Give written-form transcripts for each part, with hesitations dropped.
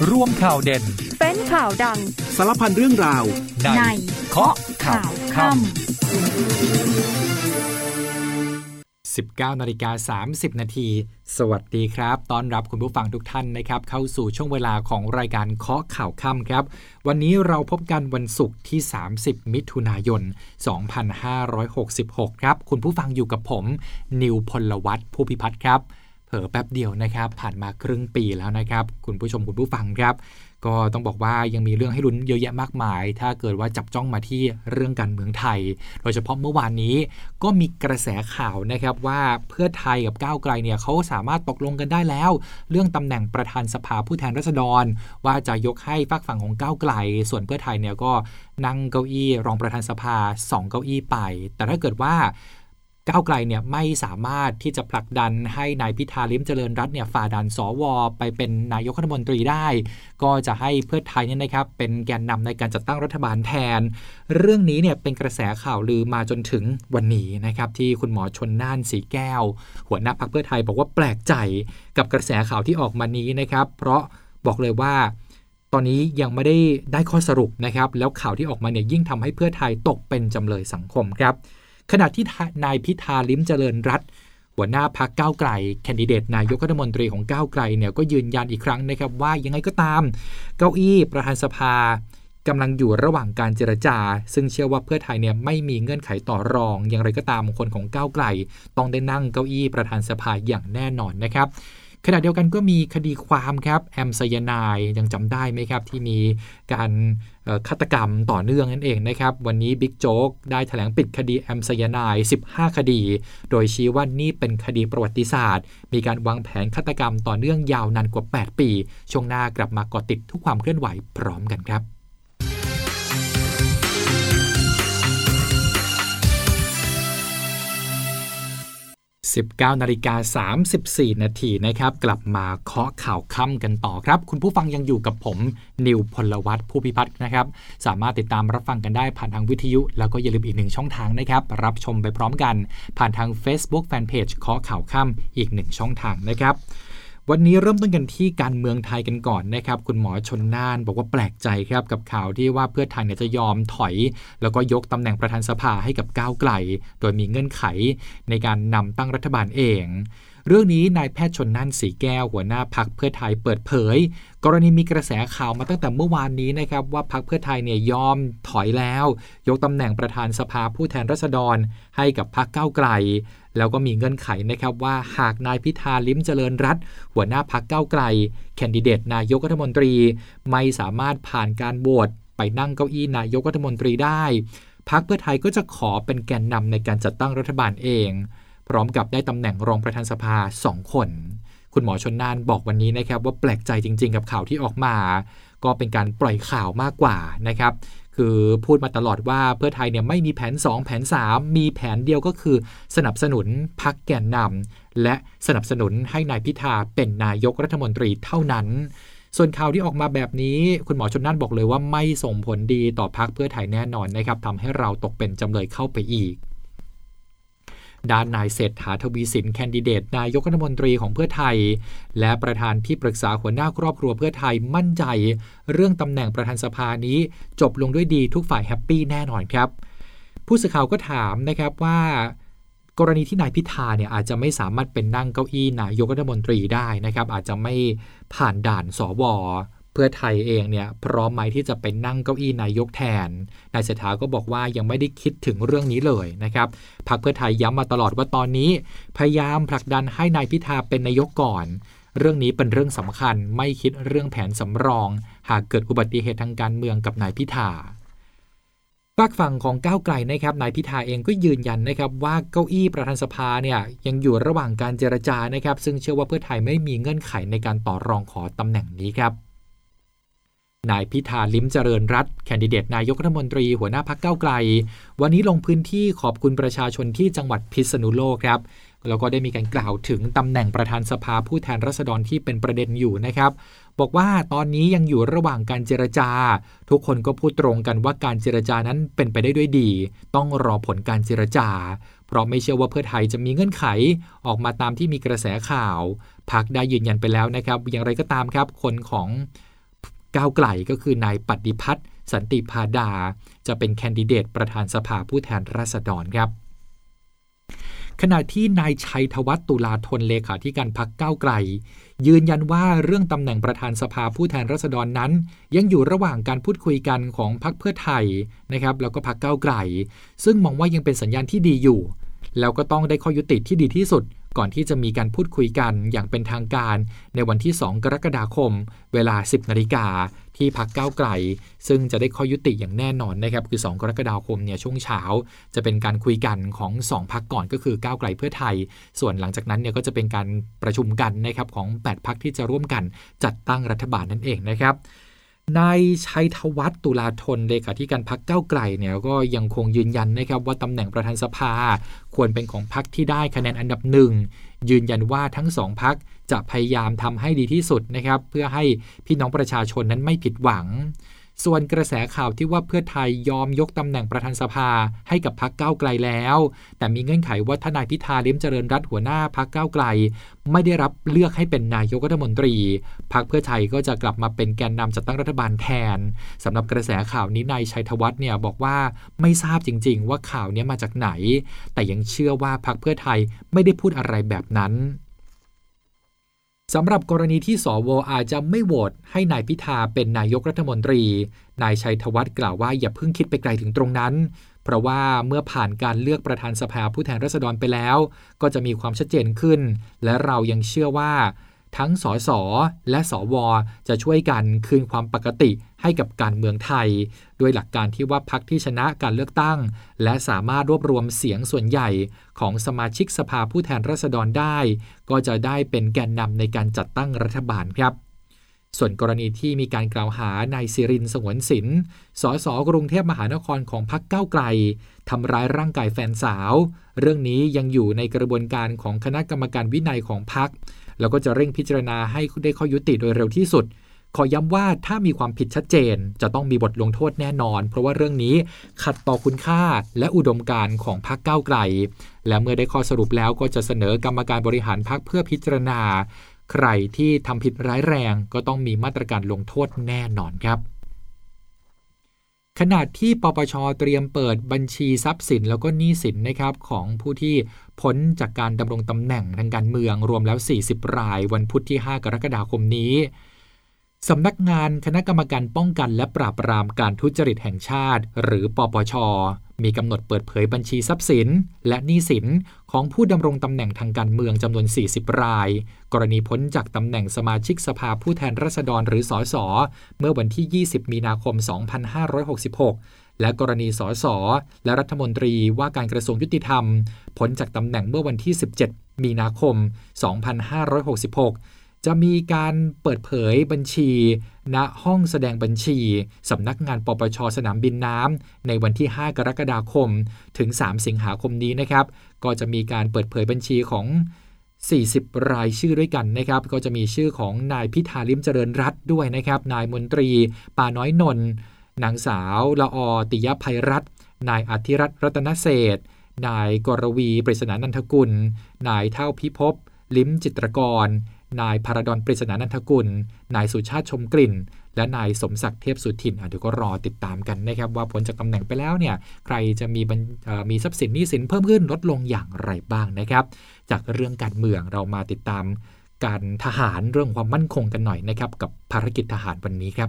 ร่วมข่าวเด่นเป็นข่าวดังสารพันเรื่องราวในเคาะข่าวค่ำ 19:30 นาทีสวัสดีครับต้อนรับคุณผู้ฟังทุกท่านนะครับเข้าสู่ช่วงเวลาของรายการเคาะข่าวค่ำครับวันนี้เราพบกันวันศุกร์ที่30มิถุนายน2566ครับคุณผู้ฟังอยู่กับผมนิวพลวัฒน์ผู้พิพัฒน์ครับเผลอแป๊บเดียวนะครับผ่านมาครึ่งปีแล้วนะครับคุณผู้ชมคุณผู้ฟังครับก็ต้องบอกว่ายังมีเรื่องให้ลุ้นเยอะแยะมากมายถ้าเกิดว่าจับจ้องมาที่เรื่องการเมืองไทยโดยเฉพาะเมื่อวานนี้ก็มีกระแสข่าวนะครับว่าเพื่อไทยกับก้าวไกลเนี่ยเขาสามารถตกลงกันได้แล้วเรื่องตำแหน่งประธานสภาผู้แทนราษฎรว่าจะยกให้ฝักฝั่งของก้าวไกลส่วนเพื่อไทยเนี่ยก็นั่งเก้าอี้รองประธานสภา2เก้าอี้ไปแต่ถ้าเกิดว่าก้าวไกลเนี่ยไม่สามารถที่จะผลักดันให้นายพิธาลิ้มเจริญรัตน์เนี่ยฝ่าด่านสวไปเป็นนายกรัฐมนตรีได้ก็จะให้เพื่อไทยเนี่ยนะครับเป็นแกนนำในการจัดตั้งรัฐบาลแทนเรื่องนี้เนี่ยเป็นกระแสข่าวลือมาจนถึงวันนี้นะครับที่คุณหมอชลน่านสีแก้วหัวหน้าพรรคเพื่อไทยบอกว่าแปลกใจกับกระแสข่าวที่ออกมานี้นะครับเพราะบอกเลยว่าตอนนี้ยังไม่ได้ข้อสรุปนะครับแล้วข่าวที่ออกมาเนี่ยยิ่งทำให้เพื่อไทยตกเป็นจำเลยสังคมครับขณะที่นายพิธาลิ้มเจริญรัตน์หัวหน้าพรรคก้าวไกลแคนดิเดตนายกรัฐมนตรีของก้าวไกลเนี่ยก็ยืนยันอีกครั้งนะครับว่ายังไงก็ตามเก้าอี้ประธานสภากำลังอยู่ระหว่างการเจรจาซึ่งเชื่อว่าเพื่อไทยเนี่ยไม่มีเงื่อนไขต่อรองอย่างไรก็ตามคนของก้าวไกลต้องได้นั่งเก้าอี้ประธานสภาอย่างแน่นอนนะครับขณะเดียวกันก็มีคดีความครับแอมไซยาไนด์ยังจำได้ไหมครับที่มีการฆาตกรรมต่อเนื่องนั่นเองนะครับวันนี้บิ๊กโจ๊กได้แถลงปิดคดีแอมไซยาไนด์15 คดีโดยชี้ว่านี่เป็นคดีประวัติศาสตร์มีการวางแผนฆาตกรรมต่อเนื่องยาวนานกว่า8 ปีช่วงหน้ากลับมาเกาะติดทุกความเคลื่อนไหวพร้อมกันครับ19:34 นาทีนะครับกลับมาเคาะข่าวค่ำกันต่อครับคุณผู้ฟังยังอยู่กับผมนิวพลวัฒน์ผู้พิพัฒน์นะครับสามารถติดตามรับฟังกันได้ผ่านทางวิทยุแล้วก็อย่าลืมอีกหนึ่งช่องทางนะครับรับชมไปพร้อมกันผ่านทาง Facebook Fanpage เคาะข่าวค่ำอีกหนึ่งช่องทางนะครับวันนี้เริ่มต้นกันที่การเมืองไทยกันก่อนนะครับคุณหมอชลน่านบอกว่าแปลกใจครับกับข่าวที่ว่าเพื่อไทยเนี่ยจะยอมถอยแล้วก็ยกตำแหน่งประธานสภาให้กับก้าวไกลโดยมีเงื่อนไขในการนำตั้งรัฐบาลเองเรื่องนี้นายแพทย์ชลน่านสีแก้วหัวหน้าพรรคเพื่อไทยเปิดเผยกรณีมีกระแสข่าวมาตั้งแต่เมื่อวานนี้นะครับว่าพรรคเพื่อไทยเนี่ยยอมถอยแล้วยกตำแหน่งประธานสภาผู้แทนราษฎรให้กับพรรคก้าวไกลแล้วก็มีเงื่อนไขนะครับว่าหากนายพิธาลิ้มเจริญรัตน์หัวหน้าพรรคก้าวไกลแคนดิเดตนายกรัฐมนตรีไม่สามารถผ่านการโหวตไปนั่งเก้าอี้นายกรัฐมนตรีได้พรรคเพื่อไทยก็จะขอเป็นแกนนำในการจัดตั้งรัฐบาลเองพร้อมกับได้ตำแหน่งรองประธานสภา2 คนคุณหมอชลน่านบอกวันนี้นะครับว่าแปลกใจจริงๆกับข่าวที่ออกมาก็เป็นการปล่อยข่าวมากกว่านะครับคือพูดมาตลอดว่าเพื่อไทยเนี่ยไม่มีแผน2แผน3มีแผนเดียวก็คือสนับสนุนพรรคแกนนำและสนับสนุนให้นายพิธาเป็นนายกรัฐมนตรีเท่านั้นส่วนข่าวที่ออกมาแบบนี้คุณหมอชลน่านบอกเลยว่าไม่ส่งผลดีต่อพรรคเพื่อไทยแน่นอนนะครับทำให้เราตกเป็นจำเลยเข้าไปอีกด้านนายเศรษฐาทวีสินแคนดิเดตนายกรัฐมนตรีของเพื่อไทยและประธานที่ปรึกษาหัวหน้าครอบครัวเพื่อไทยมั่นใจเรื่องตำแหน่งประธานสภานี้จบลงด้วยดีทุกฝ่ายแฮปปี้แน่นอนครับผู้สื่อข่าวก็ถามนะครับว่ากรณีที่นายพิธาเนี่ยอาจจะไม่สามารถเป็นนั่งเก้าอี้นายกรัฐมนตรีได้นะครับอาจจะไม่ผ่านด่านสวเพื่อไทยเองเนี่ยพร้อมไหมที่จะเป็นนั่งเก้าอี้นายกแทนนายเศรษฐาก็บอกว่ายังไม่ได้คิดถึงเรื่องนี้เลยนะครับพรรคเพื่อไทยย้ำมาตลอดว่าตอนนี้พยายามผลักดันให้นายพิธาเป็นนายกก่อนเรื่องนี้เป็นเรื่องสำคัญไม่คิดเรื่องแผนสำรองหากเกิดอุบัติเหตุทางการเมืองกับนายพิธาฝากฝั่งของก้าวไกลนะครับนายพิธาเองก็ยืนยันนะครับว่าเก้าอี้ประธานสภาเนี่ยยังอยู่ระหว่างการเจรจานะครับซึ่งเชื่อว่าเพื่อไทยไม่มีเงื่อนไขในการต่อรองขอตำแหน่งนี้ครับนายพิธาลิ้มเจริญรัตน์แคนดิเดตนายกรัฐมนตรีหัวหน้าพรรคก้าวไกลวันนี้ลงพื้นที่ขอบคุณประชาชนที่จังหวัดพิษณุโลกครับแล้วก็ได้มีการกล่าวถึงตำแหน่งประธานสภาผู้แทนราษฎรที่เป็นประเด็นอยู่นะครับบอกว่าตอนนี้ยังอยู่ระหว่างการเจรจาทุกคนก็พูดตรงกันว่าการเจรจานั้นเป็นไปได้ด้วยดีต้องรอผลการเจรจาเพราะไม่เชื่อว่าเพื่อไทยจะมีเงื่อนไขออกมาตามที่มีกระแสข่าวพรรคได้ยืนยันไปแล้วนะครับอย่างไรก็ตามครับคนของก้าวไกลก็คือนายปฏิพัฒน์สันติพาดาจะเป็นแคนดิเดตประธานสภาผู้แทนราษฎรครับขณะที่นายชัยธวัฒน์ตุลาธนเลขาธิการพรรคก้าวไกลยืนยันว่าเรื่องตำแหน่งประธานสภาผู้แทนราษฎรนั้นยังอยู่ระหว่างการพูดคุยกันของพรรคเพื่อไทยนะครับแล้วก็พรรคก้าวไกลซึ่งมองว่ายังเป็นสัญญาณที่ดีอยู่แล้วก็ต้องได้ข้อยุติที่ดีที่สุดก่อนที่จะมีการพูดคุยกันอย่างเป็นทางการในวันที่2กรกฎาคมเวลา 10 นาฬิกาที่พรรคก้าวไกลซึ่งจะได้ข้อยุติอย่างแน่นอนนะครับคือ2กรกฎาคมเนี่ยช่วงเช้าจะเป็นการคุยกันของ2พรรคก่อนก็คือก้าวไกลเพื่อไทยส่วนหลังจากนั้นเนี่ยก็จะเป็นการประชุมกันนะครับของ8พรรคที่จะร่วมกันจัดตั้งรัฐบาลนั่นเองนะครับนายชัยธวัฒน์ตุลาธนเลขาธิการพรรคก้าวไกลเนี่ยก็ยังคงยืนยันนะครับว่าตำแหน่งประธานสภาควรเป็นของพรรคที่ได้คะแนนอันดับหนึ่งยืนยันว่าทั้ง2พรรคจะพยายามทำให้ดีที่สุดนะครับเพื่อให้พี่น้องประชาชนนั้นไม่ผิดหวังส่วนกระแสข่าวที่ว่าเพื่อไทยยอมยกตำแหน่งประธานสภาให้กับพรรคก้าวไกลแล้วแต่มีเงื่อนไขว่าทนายพิธาลิ้มเจริญรัตน์หัวหน้าพรรคก้าวไกลไม่ได้รับเลือกให้เป็นนายกรัฐมนตรีพรรคเพื่อไทยก็จะกลับมาเป็นแกนนำจัดตั้งรัฐบาลแทนสำหรับกระแสข่าวนี้นายชัยธวัฒน์เนี่ยบอกว่าไม่ทราบจริงๆว่าข่าวนี้มาจากไหนแต่ยังเชื่อว่าพรรคเพื่อไทยไม่ได้พูดอะไรแบบนั้นสำหรับกรณีที่สว.อาจจะไม่โหวตให้นายพิธาเป็นนายกรัฐมนตรีนายชัยธวัฒน์กล่าวว่าอย่าเพิ่งคิดไปไกลถึงตรงนั้นเพราะว่าเมื่อผ่านการเลือกประธานสภาผู้แทนราษฎรไปแล้วก็จะมีความชัดเจนขึ้นและเรายังเชื่อว่าทั้งสสและสวจะช่วยกันคืนความปกติให้กับการเมืองไทยโดยหลักการที่ว่าพรรคที่ชนะการเลือกตั้งและสามารถรวบรวมเสียงส่วนใหญ่ของสมาชิกสภาผู้แทนราษฎรได้ก็จะได้เป็นแกนนำในการจัดตั้งรัฐบาลครับส่วนกรณีที่มีการกล่าวหานายศิรินทร์สงวนศิลป์สสกรุงเทพมหานครของพรรคก้าวไกลทำร้ายร่างกายแฟนสาวเรื่องนี้ยังอยู่ในกระบวนการของคณะกรรมการวินัยของพรรคแล้วก็จะเร่งพิจารณาให้ได้ข้อยุติโดยเร็วที่สุดขอย้ำว่าถ้ามีความผิดชัดเจนจะต้องมีบทลงโทษแน่นอนเพราะว่าเรื่องนี้ขัดต่อคุณค่าและอุดมการณ์ของพรรคก้าวไกลและเมื่อได้ข้อสรุปแล้วก็จะเสนอกรรมการบริหารพรรคเพื่อพิจารณาใครที่ทำผิดร้ายแรงก็ต้องมีมาตรการลงโทษแน่นอนครับขณะที่ปปช.เตรียมเปิดบัญชีทรัพย์สินแล้วก็หนี้สินนะครับของผู้ที่พ้นจากการดำรงตำแหน่งทางการเมืองรวมแล้ว40รายวันพุธที่5กรกฎาคมนี้สำนักงานคณะกรรมการป้องกันและปราบปรามการทุจริตแห่งชาติหรือปปช.มีกำหนดเปิดเผยบัญชีทรัพย์สินและหนี้สินของผู้ดำรงตำแหน่งทางการเมืองจำนวน40รายกรณีพ้นจากตำแหน่งสมาชิกสภาผู้แทนราษฎรหรือสสเมื่อวันที่20มีนาคม2566และกรณีสสและรัฐมนตรีว่าการกระทรวงยุติธรรมพ้นจากตำแหน่งเมื่อวันที่17มีนาคม2566จะมีการเปิดเผยบัญชีณห้องแสดงบัญชีสำนักงานปปช.สนามบินน้ำในวันที่5กรกฎาคมถึง3สิงหาคมนี้นะครับก็จะมีการเปิดเผยบัญชีของ40รายชื่อด้วยกันนะครับก็จะมีชื่อของนายพิธาลิ้มเจริญรัตน์ด้วยนะครับนายมนตรีปาน้อยนนท์นางสาวละอติยภัยรัตน์นายอธิรัตน์รัตนเศรษฐ์นายกรวีปริศนานันทกุลนายเท่าพิภพลิ้มจิตรกรนายพาราดอนปริศนานันทกุลนายสุชาติชมกลิ่นและนายสมศักดิ์เทพสุทินเดี๋ยวก็รอติดตามกันนะครับว่าพ้นจากตำแหน่งไปแล้วเนี่ยใครจะมีทรัพย์สินหนี้สินเพิ่มขึ้นลดลงอย่างไรบ้างนะครับจากเรื่องการเมืองเรามาติดตามการทหารเรื่องความมั่นคงกันหน่อยนะครับกับภารกิจทหารวันนี้ครับ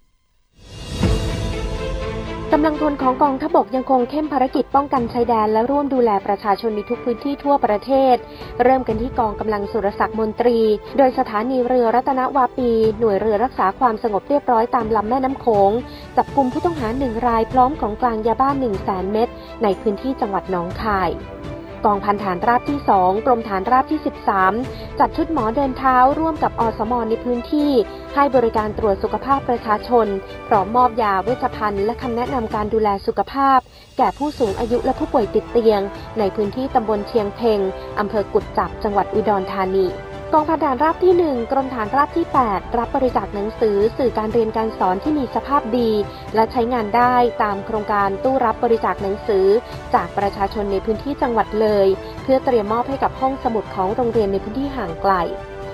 กำลังพลของกองทัพบกยังคงเข้มภารกิจป้องกันชายแดนและร่วมดูแลประชาชนในทุกพื้นที่ทั่วประเทศเริ่มกันที่กองกำลังสุรศักดิ์มนตรีโดยสถานีเรือรัตนวาปีหน่วยเรือรักษาความสงบเรียบร้อยตามลำแม่น้ำโขงจับกุมผู้ต้องหา1รายพร้อมของกลางยาบ้า 100,000 เม็ดในพื้นที่จังหวัดหนองคายกองพันฐานราบที่2กรมฐานราบที่13จัดชุดหมอเดินเท้าร่วมกับอสม.ในพื้นที่ให้บริการตรวจสุขภาพประชาชนพร้อมมอบยาเวชภัณฑ์และคำแนะนำการดูแลสุขภาพแก่ผู้สูงอายุและผู้ป่วยติดเตียงในพื้นที่ตำบลเชียงเพ็งอำเภอกุดจับจังหวัดอุดรธานีกองพันฐานราบที่1กรมฐานราบที่8รับบริจาคหนังสือสื่อการเรียนการสอนที่มีสภาพดีและใช้งานได้ตามโครงการตู้รับบริจาคหนังสือจากประชาชนในพื้นที่จังหวัดเลยเพื่อเตรียมมอบให้กับห้องสมุดของโรงเรียนในพื้นที่ห่างไกล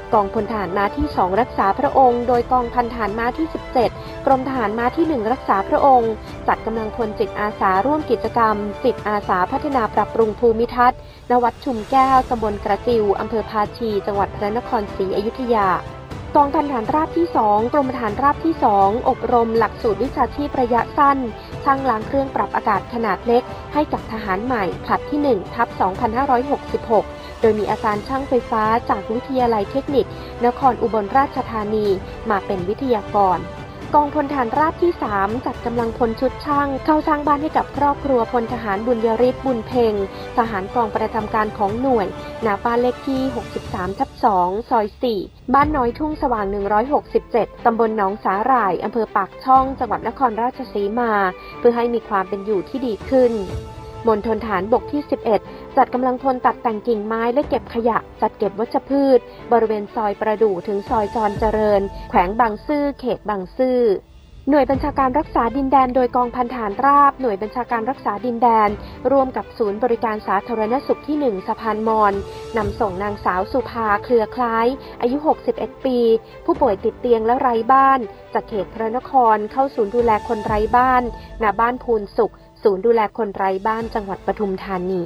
กองพลทหารม้าที่2รักษาพระองค์โดยกองพันทหารม้าที่17กรมทหารม้าที่1รักษาพระองค์จัดกำลังพลจิตอาสาร่วมกิจกรรมจิตอาสาพัฒนาปรับปรุงภูมิทัศน์ณวัดชุมแก้วตำบลกระจิวอำเภอภาชีจังหวัดพระนครศรีอยุธยากองพันทหารราบที่2กรมทหารราบที่2อบรมหลักสูตรวิชาชีพระยะสั้นช่างล้างเครื่องปรับอากาศขนาดเล็กให้กับทหารใหม่ผลัดที่ 1/2566 โดยมีอาจารย์ช่างไฟฟ้าจากวิทยาลัยเทคนิคนครอุบลราชธานีมาเป็นวิทยากรกองพลทหารราบที่3จัดกำลังพลชุดช่างเข้าสร้างบ้านให้กับครอบครัวพลทหารบุญยฤทธิ์บุญเพ็งทหารกองประจำการของหน่วยณบ้านเลขที่63/2ซอย4บ้านน้อยทุ่งสว่าง167ตำบลหนองสาหร่ายอำเภอปากช่องจังหวัดนครราชสีมาเพื่อให้มีความเป็นอยู่ที่ดีขึ้นมณฑลฐานบกที่11จัดกำลังพลตัดแต่งกิ่งไม้และเก็บขยะจัดเก็บวัชพืชบริเวณซอยประดู่ถึงซอยจรเจริญแขวงบางซื่อเขตบางซื่อหน่วยบัญชาการรักษาดินแดนโดยกองพันทหารราบหน่วยบัญชาการรักษาดินแดนร่วมกับศูนย์บริการสาธารณสุขที่1สะพานมอญนำส่งนางสาวสุภาเครือคล้ายอายุ61ปีผู้ป่วยติดเตียงและไร้บ้านจากเขตพระนครเข้าศูนย์ดูแลคนไร้บ้านณบ้านพูนสุขศูนย์ดูแลคนไร้บ้านจังหวัดปทุมธานี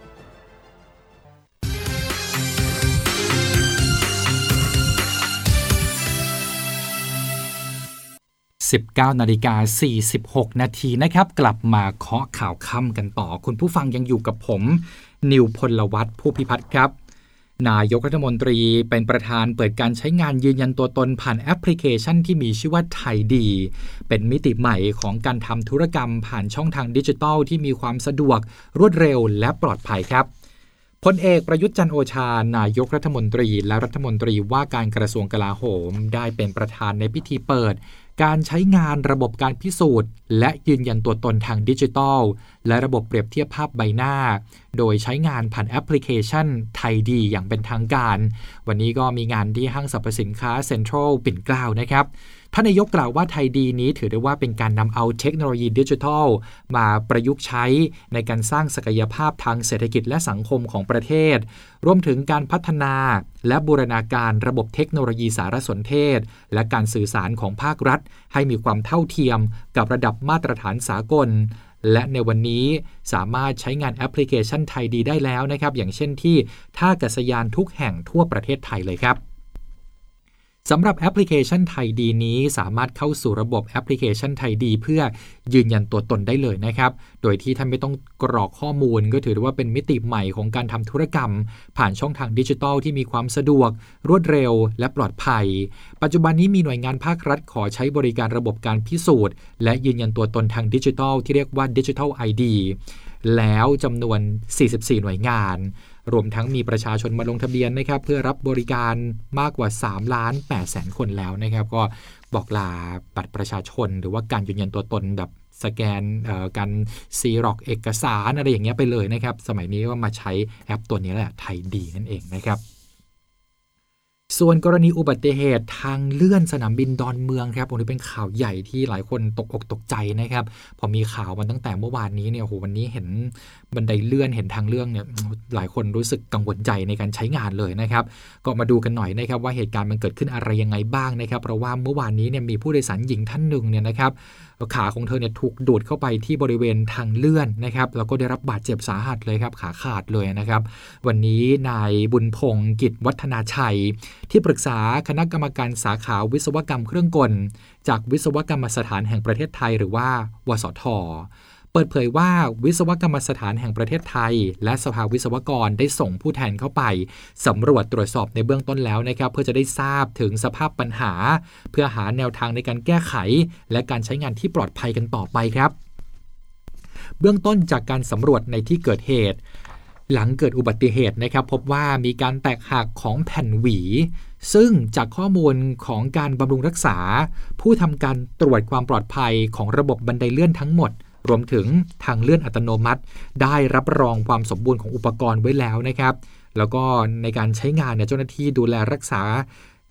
19:46 นาทีนะครับกลับมาเคาะข่าวค่ำกันต่อคุณผู้ฟังยังอยู่กับผมนิวพลวัฒน์ผู้พิพัฒน์ครับนายกรัฐมนตรีเป็นประธานเปิดการใช้งานยืนยันตัวตนผ่านแอปพลิเคชันที่มีชื่อว่าไทยดีเป็นมิติใหม่ของการทำธุรกรรมผ่านช่องทางดิจิทัลที่มีความสะดวกรวดเร็วและปลอดภัยครับพลเอกประยุทธ์จันทร์โอชานายกรัฐมนตรีและรัฐมนตรีว่าการกระทรวงกลาโหมได้เป็นประธานในพิธีเปิดการใช้งานระบบการพิสูจน์และยืนยันตัวตนทางดิจิทัลและระบบเปรียบเทียบภาพใบหน้าโดยใช้งานผ่านแอปพลิเคชันไทยดีอย่างเป็นทางการวันนี้ก็มีงานที่ห้างสรรพสินค้าเซ็นทรัลปิ่นเกล้านะครับท่านนายกกล่าวว่าไทยดีนี้ถือได้ว่าเป็นการนำเอาเทคโนโลยีดิจิทัลมาประยุกต์ใช้ในการสร้างศักยภาพทางเศรษฐกิจและสังคมของประเทศรวมถึงการพัฒนาและบูรณาการระบบเทคโนโลยีสารสนเทศและการสื่อสารของภาครัฐให้มีความเท่าเทียมกับระดับมาตรฐานสากลและในวันนี้สามารถใช้งานแอปพลิเคชันไทยดีได้แล้วนะครับอย่างเช่นที่ท่าอากาศยานทุกแห่งทั่วประเทศไทยเลยครับสำหรับแอปพลิเคชันไทยดีนี้สามารถเข้าสู่ระบบแอปพลิเคชันไทยดีเพื่อยืนยันตัวตนได้เลยนะครับโดยที่ท่านไม่ต้องกรอกข้อมูลก็ถือว่าเป็นมิติใหม่ของการทำธุรกรรมผ่านช่องทางดิจิทัลที่มีความสะดวกรวดเร็วและปลอดภัยปัจจุบันนี้มีหน่วยงานภาครัฐขอใช้บริการระบบการพิสูจน์และยืนยันตัวตนทางดิจิทัลที่เรียกว่า Digital ID แล้วจำนวน44หน่วยงานรวมทั้งมีประชาชนมาลงทะเบียนนะครับเพื่อรับบริการมากกว่า 3,800,000 คนแล้วนะครับก็บอกลาบัตรประชาชนหรือว่าการยืนยันตัวตนแบบสแกนการซีร็อกเอกสารอะไรอย่างเงี้ยไปเลยนะครับสมัยนี้ก็มาใช้แอปตัวนี้แหละไทยดีนั่นเองนะครับส่วนกรณีอุบัติเหตุทางเลื่อนสนามบินดอนเมืองครับอันนี้เป็นข่าวใหญ่ที่หลายคนตกอกตกใจนะครับพอมีข่าวมาตั้งแต่เมื่อวานนี้เนี่ยโหวันนี้เห็นบันไดเลื่อนเห็นทางเลื่อนเนี่ยหลายคนรู้สึกกังวลใจในการใช้งานเลยนะครับก็มาดูกันหน่อยนะครับว่าเหตุการณ์มันเกิดขึ้นอะไรยังไงบ้างนะครับเพราะว่าเมื่อวานนี้เนี่ยมีผู้โดยสารหญิงท่านหนึ่งเนี่ยนะครับขาของเธอเนี่ยถูกดูดเข้าไปที่บริเวณทางเลื่อนนะครับแล้วก็ได้รับบาดเจ็บสาหัสเลยครับขาขาดเลยนะครับวันนี้นายบุญพงศ์กิจวัฒนาชัยที่ปรึกษาคณะกรรมการสาขาวิศวกรรมเครื่องกลจากวิศวกรรมสถานแห่งประเทศไทยหรือว่าวสท.เปิดเผยว่าวิศวกรรมสถานแห่งประเทศไทยและสภาวิศวกรได้ส่งผู้แทนเข้าไปสำรวจตรวจสอบในเบื้องต้นแล้วนะครับเพื่อจะได้ทราบถึงสภาพปัญหาเพื่อหาแนวทางในการแก้ไขและการใช้งานที่ปลอดภัยกันต่อไปครับเบื้องต้นจากการสำรวจในที่เกิดเหตุหลังเกิดอุบัติเหตุนะครับพบว่ามีการแตกหักของแผ่นหวีซึ่งจากข้อมูลของการบำรุงรักษาผู้ทำการตรวจความปลอดภัยของระบบบันไดเลื่อนทั้งหมดรวมถึงทางเลื่อนอัตโนมัติได้รับรองความสมบูรณ์ของอุปกรณ์ไว้แล้วนะครับแล้วก็ในการใช้งานเนี่ยเจ้าหน้าที่ดูแลรักษา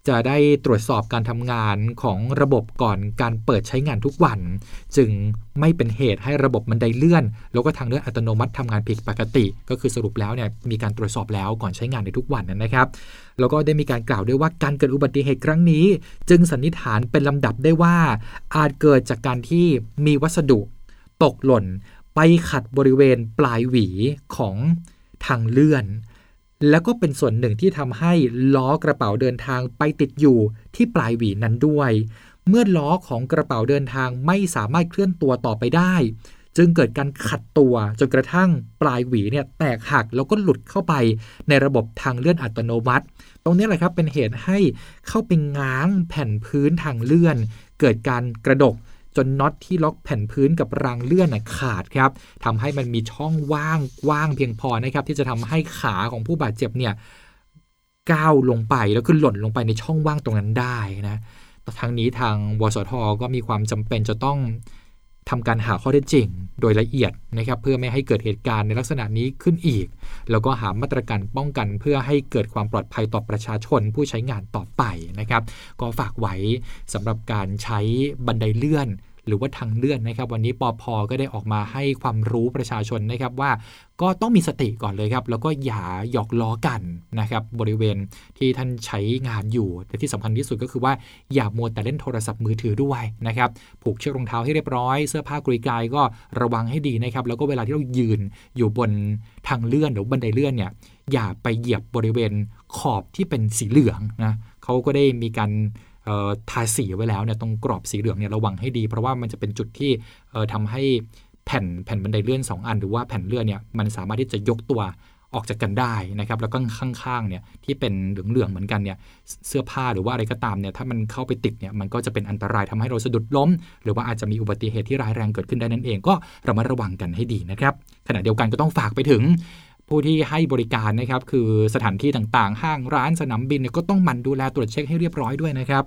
จะได้ตรวจสอบการทำงานของระบบก่อนการเปิดใช้งานทุกวันจึงไม่เป็นเหตุให้ระบบบันไดเลื่อนแล้วก็ทางเลื่อนอัตโนมัติทำงานผิดปกติก็คือสรุปแล้วเนี่ยมีการตรวจสอบแล้วก่อนใช้งานในทุกวันนะครับแล้วก็ได้มีการกล่าวด้วยว่าการเกิดอุบัติเหตุครั้งนี้จึงสันนิษฐานเป็นลำดับได้ว่าอาจเกิดจากการที่มีวัสดุตกหล่นไปขัดบริเวณปลายหวีของทางเลื่อนแล้วก็เป็นส่วนหนึ่งที่ทำให้ล้อกระเป๋าเดินทางไปติดอยู่ที่ปลายหวีนั้นด้วยเมื่อล้อของกระเป๋าเดินทางไม่สามารถเคลื่อนตัวต่อไปได้จึงเกิดการขัดตัวจนกระทั่งปลายหวีเนี่ยแตกหักแล้วก็หลุดเข้าไปในระบบทางเลื่อนอัตโนมัติตรงนี้แหละครับเป็นเหตุให้เข้าไปง้างแผ่นพื้นทางเลื่อนเกิดการกระดกจนน็อตที่ล็อกแผ่นพื้นกับรางเลื่อนขาดครับทำให้มันมีช่องว่างกว้างเพียงพอนะครับที่จะทำให้ขาของผู้บาดเจ็บเนี่ยก้าวลงไปแล้วก็หล่นลงไปในช่องว่างตรงนั้นได้นะทางนี้ทางวสท.ก็มีความจำเป็นจะต้องทำการหาข้อเท็จจริงโดยละเอียดนะครับเพื่อไม่ให้เกิดเหตุการณ์ในลักษณะนี้ขึ้นอีกแล้วก็หามาตรการป้องกันเพื่อให้เกิดความปลอดภัยต่อประชาชนผู้ใช้งานต่อไปนะครับก็ฝากไว้สำหรับการใช้บันไดเลื่อนหรือว่าทางเลื่อนนะครับวันนี้ปภ.ก็ได้ออกมาให้ความรู้ประชาชนนะครับว่าก็ต้องมีสติก่อนเลยครับแล้วก็อย่าหยอกล้อกันนะครับบริเวณที่ท่านใช้งานอยู่แต่ที่สำคัญที่สุดก็คือว่าอย่ามัวแต่เล่นโทรศัพท์มือถือด้วยนะครับผูกเชือกรองเท้าให้เรียบร้อยเสื้อผ้ากรุยกายก็ระวังให้ดีนะครับแล้วก็เวลาที่เรายืนอยู่บนทางเลื่อนหรือบันไดเลื่อนเนี่ยอย่าไปเหยียบบริเวณขอบที่เป็นสีเหลืองนะเขาก็ได้มีการทาสีไว้แล้วเนี่ยตรงกรอบสีเหลืองเนี่ยระวังให้ดีเพราะว่ามันจะเป็นจุดที่ทำให้แผ่นบันไดเลื่อน2อันหรือว่าแผ่นเลื่อนเนี่ยมันสามารถที่จะยกตัวออกจากกันได้นะครับแล้วก็ข้างๆเนี่ยที่เป็นเหลืองๆเหมือนกันเนี่ยเสื้อผ้าหรือว่าอะไรก็ตามเนี่ยถ้ามันเข้าไปติดเนี่ยมันก็จะเป็นอันตรายทำให้เราสะดุดล้มหรือว่าอาจจะมีอุบัติเหตุที่ร้ายแรงเกิดขึ้นได้นั่นเองก็ระมัดระวังกันให้ดีนะครับขณะเดียวกันก็ต้องฝากไปถึงผู้ที่ให้บริการนะครับคือสถานที่ต่างๆห้างร้านสนามบินเนี่ยก็ต้องหมั่นดูแลตรวจเช็คให้เรียบร้อยด้วยนะครับ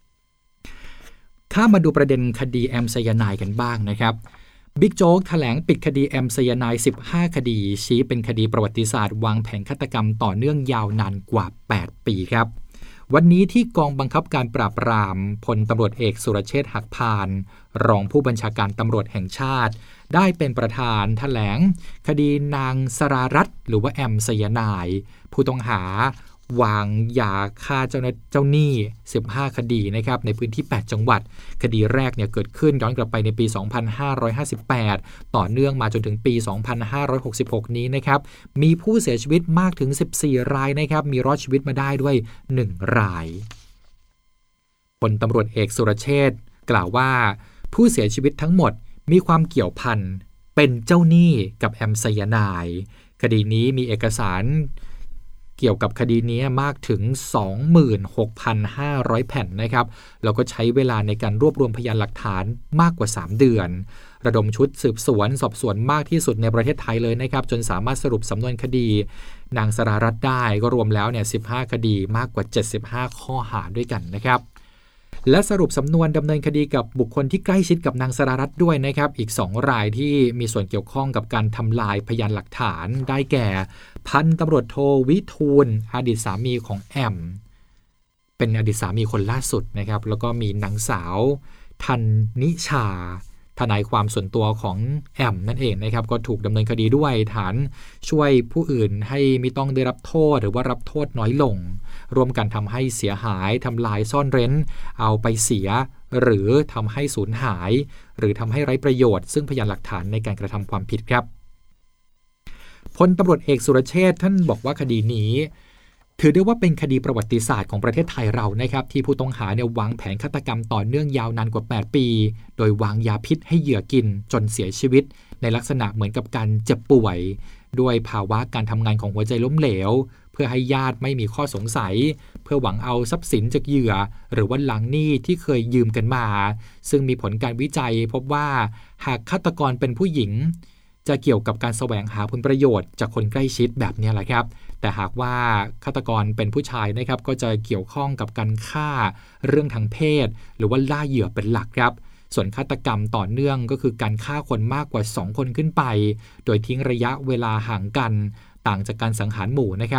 ข้ามาดูประเด็นคดีแอมไซยาไนด์กันบ้างนะครับบิ๊กโจ๊กแถลงปิดคดีแอมไซยาไนด์15 คดีชี้เป็นคดีประวัติศาสตร์วางแผนฆาตกรรมต่อเนื่องยาวนานกว่า8 ปีครับวันนี้ที่กองบังคับการปราบปรามพลตำรวจเอกสุรเชษฐ์หักพานรองผู้บัญชาการตำรวจแห่งชาติได้เป็นประธานแถลงคดีนางสรารัตน์หรือว่าแอมไซยาไนด์ผู้ต้องหาวางยาฆ่าเจ้าหนี้15 คดีนะครับในพื้นที่8 จังหวัดคดีแรกเนี่ยเกิดขึ้นย้อนกลับไปในปี 2558 ต่อเนื่องมาจนถึงปี 2566 นี้นะครับมีผู้เสียชีวิตมากถึง14 รายนะครับมีรอดชีวิตมาได้ด้วย1 รายพลตำรวจเอกสุรเชษฐ์กล่าวว่าผู้เสียชีวิตทั้งหมดมีความเกี่ยวพันเป็นเจ้าหนี้กับแอมไซยาไนด์คดีนี้มีเอกสารเกี่ยวกับคดีนี้มากถึง 26,500 แผ่นนะครับแล้วก็ใช้เวลาในการรวบรวมพยานหลักฐานมากกว่า3 เดือนระดมชุดสืบสวนสอบสวนมากที่สุดในประเทศไทยเลยนะครับจนสามารถสรุปสำนวนคดีนางสรารัตน์ได้ก็รวมแล้วเนี่ย15 คดีมากกว่า75 ข้อหาด้วยกันนะครับและสรุปสำนวนดำเนินคดีกับบุคคลที่ใกล้ชิดกับนางสรารัตน์ด้วยนะครับอีก2 รายที่มีส่วนเกี่ยวข้องกับการทำลายพยานหลักฐานได้แก่พันตำรวจโทวิทูลอดีตสามีของแอมเป็นอดีตสามีคนล่าสุดนะครับแล้วก็มีนางสาวธันนิชาทนายความส่วนตัวของแอมนั่นเองนะครับก็ถูกดำเนินคดีด้วยฐานช่วยผู้อื่นให้ไม่ต้องได้รับโทษหรือว่ารับโทษน้อยลงร่วมกันทำให้เสียหายทำลายซ่อนเร้นเอาไปเสียหรือทำให้สูญหายหรือทำให้ไร้ประโยชน์ซึ่งพยานหลักฐานในการกระทำความผิดครับพลตำรวจเอกสุรเชษฐ์ท่านบอกว่าคดีนี้ถือได้ว่าเป็นคดีประวัติศาสตร์ของประเทศไทยเรานะครับที่ผู้ต้องหาเนี่ยวางแผนฆาตกรรมต่อเนื่องยาวนานกว่า8 ปีโดยวางยาพิษให้เหยื่อกินจนเสียชีวิตในลักษณะเหมือนกับการเจ็บป่วยด้วยภาวะการทำงานของหัวใจล้มเหลวเพื่อให้ญาติไม่มีข้อสงสัยเพื่อหวังเอาทรัพย์สินจากเหยื่อหรือว่าหลังหนี้ที่เคยยืมกันมาซึ่งมีผลการวิจัยพบว่าหากฆาตกรเป็นผู้หญิงจะเกี่ยวกับการแสวงหาผลประโยชน์จากคนใกล้ชิดแบบนี้แหละครับแต่หากว่าฆาตกรเป็นผู้ชายนะครับก็จะเกี่ยวข้องกับการฆ่าเรื่องทางเพศหรือว่าล่าเหยื่อเป็นหลักครับส่วนฆาตกรรมต่อเนื่องก็คือการฆ่าคนมากกว่า2 คนขึ้นไปโดยทิ้งระยะเวลาห่างกันต่างจากการสังหารหมู่นะครับ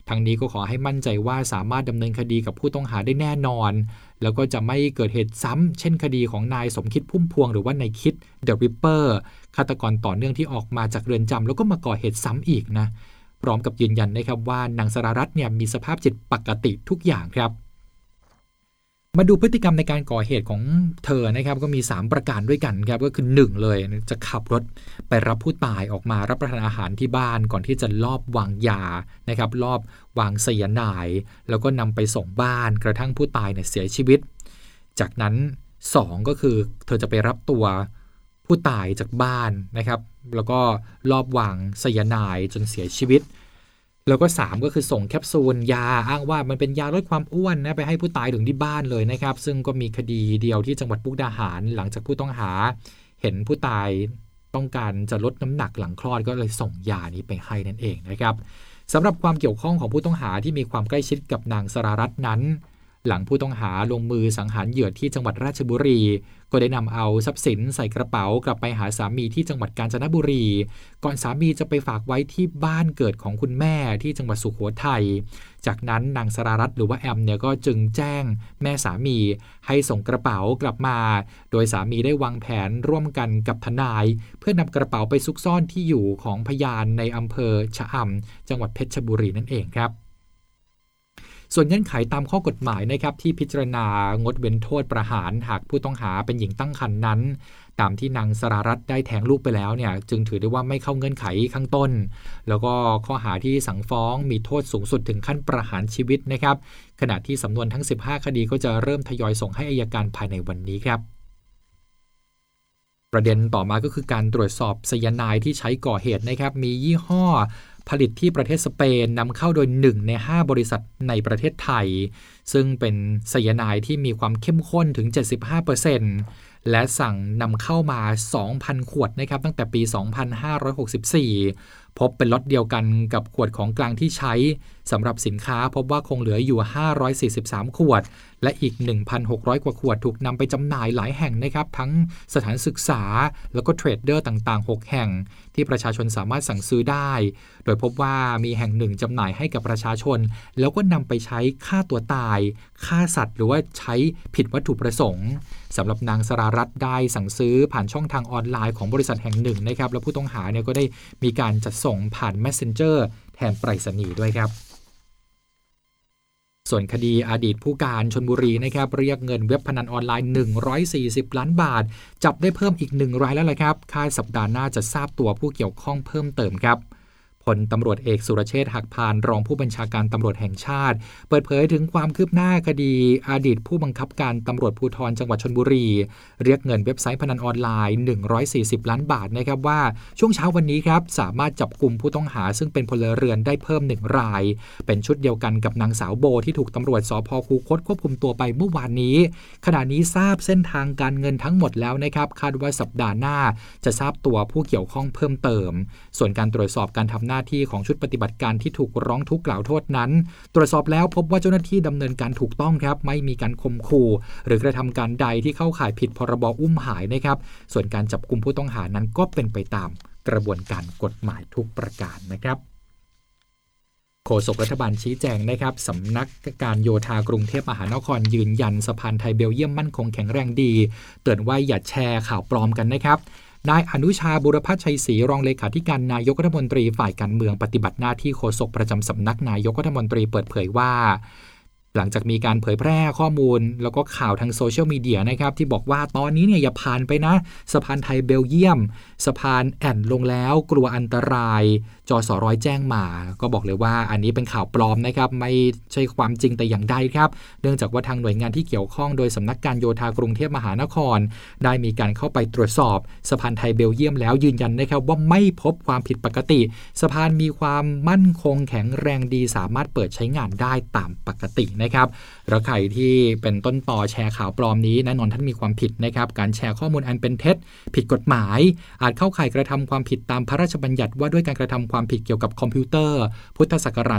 ทางนี้ก็ขอให้มั่นใจว่าสามารถดำเนินคดีกับผู้ต้องหาได้แน่นอนแล้วก็จะไม่เกิดเหตุซ้ำเช่นคดีของนายสมคิดพุ่มพวงหรือว่านายคิดเดอะริปเปอร์ฆาตกรต่อเนื่องที่ออกมาจากเรือนจำแล้วก็มาก่อเหตุซ้ำอีกนะพร้อมกับยืนยันนะครับว่านางสรารัตน์เนี่ยมีสภาพจิตปกติทุกอย่างครับมาดูพฤติกรรมในการก่อเหตุของเธอนะครับก็มี3ประการด้วยกันครับก็คือ1เลยจะขับรถไปรับผู้ตายออกมารับประทานอาหารที่บ้านก่อนที่จะลอบวางยานะครับลอบวางไซยาไนด์แล้วก็นำไปส่งบ้านกระทั่งผู้ตายเนี่ยเสียชีวิตจากนั้น2ก็คือเธอจะไปรับตัวผู้ตายจากบ้านนะครับแล้วก็ลอบวางไซยาไนด์จนเสียชีวิตแล้วก็3ก็คือส่งแคปซูลยาอ้างว่ามันเป็นยาลดความอ้วนนะไปให้ผู้ตายถึงที่บ้านเลยนะครับซึ่งก็มีคดีเดียวที่จังหวัดมุกดาหารหลังจากผู้ต้องหาเห็นผู้ตายต้องการจะลดน้ำหนักหลังคลอดก็เลยส่งยานี้ไปให้นั่นเองนะครับสำหรับความเกี่ยวข้องของผู้ต้องหาที่มีความใกล้ชิดกับนางสรารัตน์นั้นหลังผู้ต้องหาลงมือสังหารเหยื่อที่จังหวัดราชบุรีก็ได้นำเอาทรัพย์สินใส่กระเป๋ากลับไปหาสามีที่จังหวัดกาญจนบุรีก่อนสามีจะไปฝากไว้ที่บ้านเกิดของคุณแม่ที่จังหวัดสุโขทัยจากนั้นนางสรารัตน์หรือว่าแอมเนี่ยก็จึงแจ้งแม่สามีให้ส่งกระเป๋ากลับมาโดยสามีได้วางแผนร่วมกันกับทนายเพื่อนำกระเป๋าไปซุกซ่อนที่อยู่ของพยานในอำเภอชะอำจังหวัดเพชรบุรีนั่นเองครับส่วนเงื่อนไขตามข้อกฎหมายนะครับที่พิจารณางดเว้นโทษประหารหากผู้ต้องหาเป็นหญิงตั้งครรภ์นั้นตามที่นางสรารัตน์ได้แท้งลูกไปแล้วเนี่ยจึงถือได้ว่าไม่เข้าเงื่อนไขข้างต้นแล้วก็ข้อหาที่สั่งฟ้องมีโทษสูงสุดถึงขั้นประหารชีวิตนะครับขณะที่สำนวนทั้ง15คดีก็จะเริ่มทยอยส่งให้อัยการภายในวันนี้ครับประเด็นต่อมาก็คือการตรวจสอบไซยาไนด์ที่ใช้ก่อเหตุนะครับมียี่ห้อผลิตที่ประเทศสเปนนำเข้าโดย1ใน5บริษัทในประเทศไทยซึ่งเป็นไซยาไนด์ที่มีความเข้มข้นถึง 75% และสั่งนำเข้ามา 2,000 ขวดนะครับตั้งแต่ปี 2564 พบเป็นล็อตเดียวกันกับขวดของกลางที่ใช้สำหรับสินค้าพบว่าคงเหลืออยู่543ขวดและอีก 1,600 กว่าขวดถูกนำไปจำหน่ายหลายแห่งนะครับทั้งสถานศึกษาแล้วก็เทรดเดอร์ต่างๆ6แห่งที่ประชาชนสามารถสั่งซื้อได้โดยพบว่ามีแห่งหนึ่งจำหน่ายให้กับประชาชนแล้วก็นำไปใช้ฆ่าตัวตายฆ่าสัตว์หรือว่าใช้ผิดวัตถุประสงค์สำหรับนางสรารัตน์ได้สั่งซื้อผ่านช่องทางออนไลน์ของบริษัทแห่งหนึ่งนะครับแล้วผู้ต้องหาเนี่ยก็ได้มีการจัดส่งผ่าน Messenger แทนไปรษณีย์ด้วยครับส่วนคดีอดีตผู้การชลบุรีนะครับเรียกเงินเว็บพนันออนไลน์140ล้านบาทจับได้เพิ่มอีก1รายแล้วล่ะครับคาดสัปดาห์หน้าจะทราบตัวผู้เกี่ยวข้องเพิ่มเติมครับพลตำรวจเอกสุรเชษฐ์หักพานรองผู้บัญชาการตำรวจแห่งชาติเปิดเผยถึงความคืบหน้าคดีอดีตผู้บังคับการตำรวจภูธรจังหวัดชลบุรีเรียกเงินเว็บไซต์พนันออนไลน์140ล้านบาทนะครับว่าช่วงเช้าวันนี้ครับสามารถจับกุมผู้ต้องหาซึ่งเป็นพลเรือนได้เพิ่ม1รายเป็นชุดเดียวกันกับนางสาวโบที่ถูกตำรวจสภ.คูคตควบคุมตัวไปเมื่อวานนี้ขณะนี้ทราบเส้นทางการเงินทั้งหมดแล้วนะครับคาดว่าสัปดาห์หน้าจะทราบตัวผู้เกี่ยวข้องเพิ่มเติมส่วนการตรวจสอบการทำหน้าที่ของชุดปฏิบัติการที่ถูกร้องทุกข์กล่าวโทษนั้นตรวจสอบแล้วพบว่าเจ้าหน้าที่ดำเนินการถูกต้องครับไม่มีการข่มขู่หรือกระทำการใดที่เข้าข่ายผิดพรบอุ้มหายนะครับส่วนการจับกุมผู้ต้องหานั้นก็เป็นไปตามกระบวนการกฎหมายทุกประการนะครับโฆษกรัฐบาลชี้แจงนะครับสำนักการโยธากรุงเทพมหานครยืนยันสะพานไทยเบลเยียมมั่นคงแข็งแรงดีเตือนว่าอย่าแชร์ข่าวปลอมกันนะครับนายอนุชาบุรพัชชัยศรีรองเลขาธิการนายกรัฐมนตรีฝ่ายการเมืองปฏิบัติหน้าที่โฆษกประจำสำนักนายกรัฐมนตรีเปิดเผยว่าหลังจากมีการเผยแพร่ข้อมูลแล้วก็ข่าวทางโซเชียลมีเดียนะครับที่บอกว่าตอนนี้เนี่ยอย่าผ่านไปนะสะพานไทยเบลเยียมสะพานแอนลงแล้วกลัวอันตรายจสร้อยแจ้งมาก็บอกเลยว่าอันนี้เป็นข่าวปลอมนะครับไม่ใช่ความจริงแต่อย่างใดครับเนื่องจากว่าทางหน่วยงานที่เกี่ยวข้องโดยสำนักการโยธากรุงเทพมหานครได้มีการเข้าไปตรวจสอบสะพานไทยเบลเยียมแล้วยืนยันนะครับว่าไม่พบความผิดปกติสะพานมีความมั่นคงแข็งแรงดีสามารถเปิดใช้งานได้ตามปกตินะครับแล้วใครที่เป็นต้นต่อแชร์ข่าวปลอมนี้แน่นอนท่านมีความผิดนะครับการแชร์ข้อมูลอันเป็นเท็จผิดกฎหมายอาจเข้าข่ายกระทำความผิดตามพระราชบัญญัติว่าด้วยการกระทำความผิดเกี่ยวกับคอมพิวเตอร์พุทธศักราช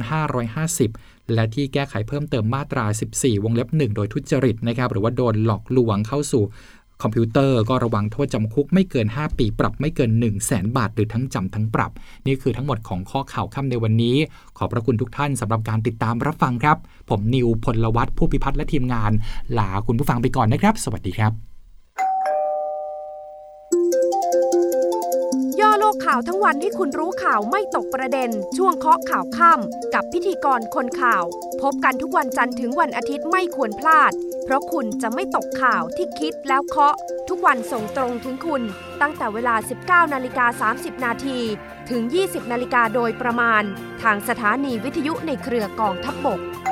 2550 และที่แก้ไขเพิ่มเติมมาตรา 14 วงเล็บ 1 โดยทุจริตนะครับหรือว่าโดนหลอกลวงเข้าสู่คอมพิวเตอร์ก็ระวังโทษจำคุกไม่เกิน5ปีปรับไม่เกิน 100,000 บาทหรือทั้งจำทั้งปรับนี่คือทั้งหมดของข้อข่าวค่ำในวันนี้ขอบพระคุณทุกท่านสำหรับการติดตามรับฟังครับผมนิวพลวัฒน์ผู้พิพัฒน์และทีมงานลาคุณผู้ฟังไปก่อนนะครับสวัสดีครับย่อโลกข่าวทั้งวันให้คุณรู้ข่าวไม่ตกประเด็นช่วงเคาะข่าวค่ำกับพิธีกรคนข่าวพบกันทุกวันจันทร์ถึงวันอาทิตย์ไม่ควรพลาดเพราะคุณจะไม่ตกข่าวที่คิดแล้วเคาะทุกวันส่งตรงถึงคุณตั้งแต่เวลา 19:30 นาทีถึง 20 นาฬิกาโดยประมาณทางสถานีวิทยุในเครือกองทัพบก